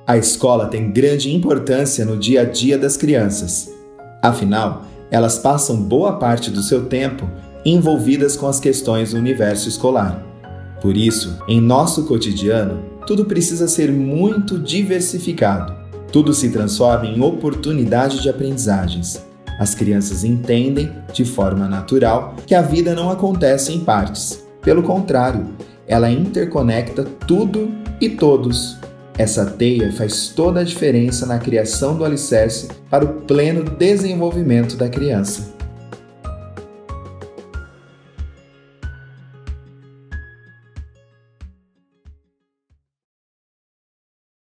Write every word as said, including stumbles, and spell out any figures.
A escola tem grande importância no dia a dia das crianças. Afinal, elas passam boa parte do seu tempo envolvidas com as questões do universo escolar. Por isso, em nosso cotidiano, tudo precisa ser muito diversificado. Tudo se transforma em oportunidade de aprendizagens. As crianças entendem, de forma natural, que a vida não acontece em partes. Pelo contrário, ela interconecta tudo e todos. Essa teia faz toda a diferença na criação do alicerce para o pleno desenvolvimento da criança.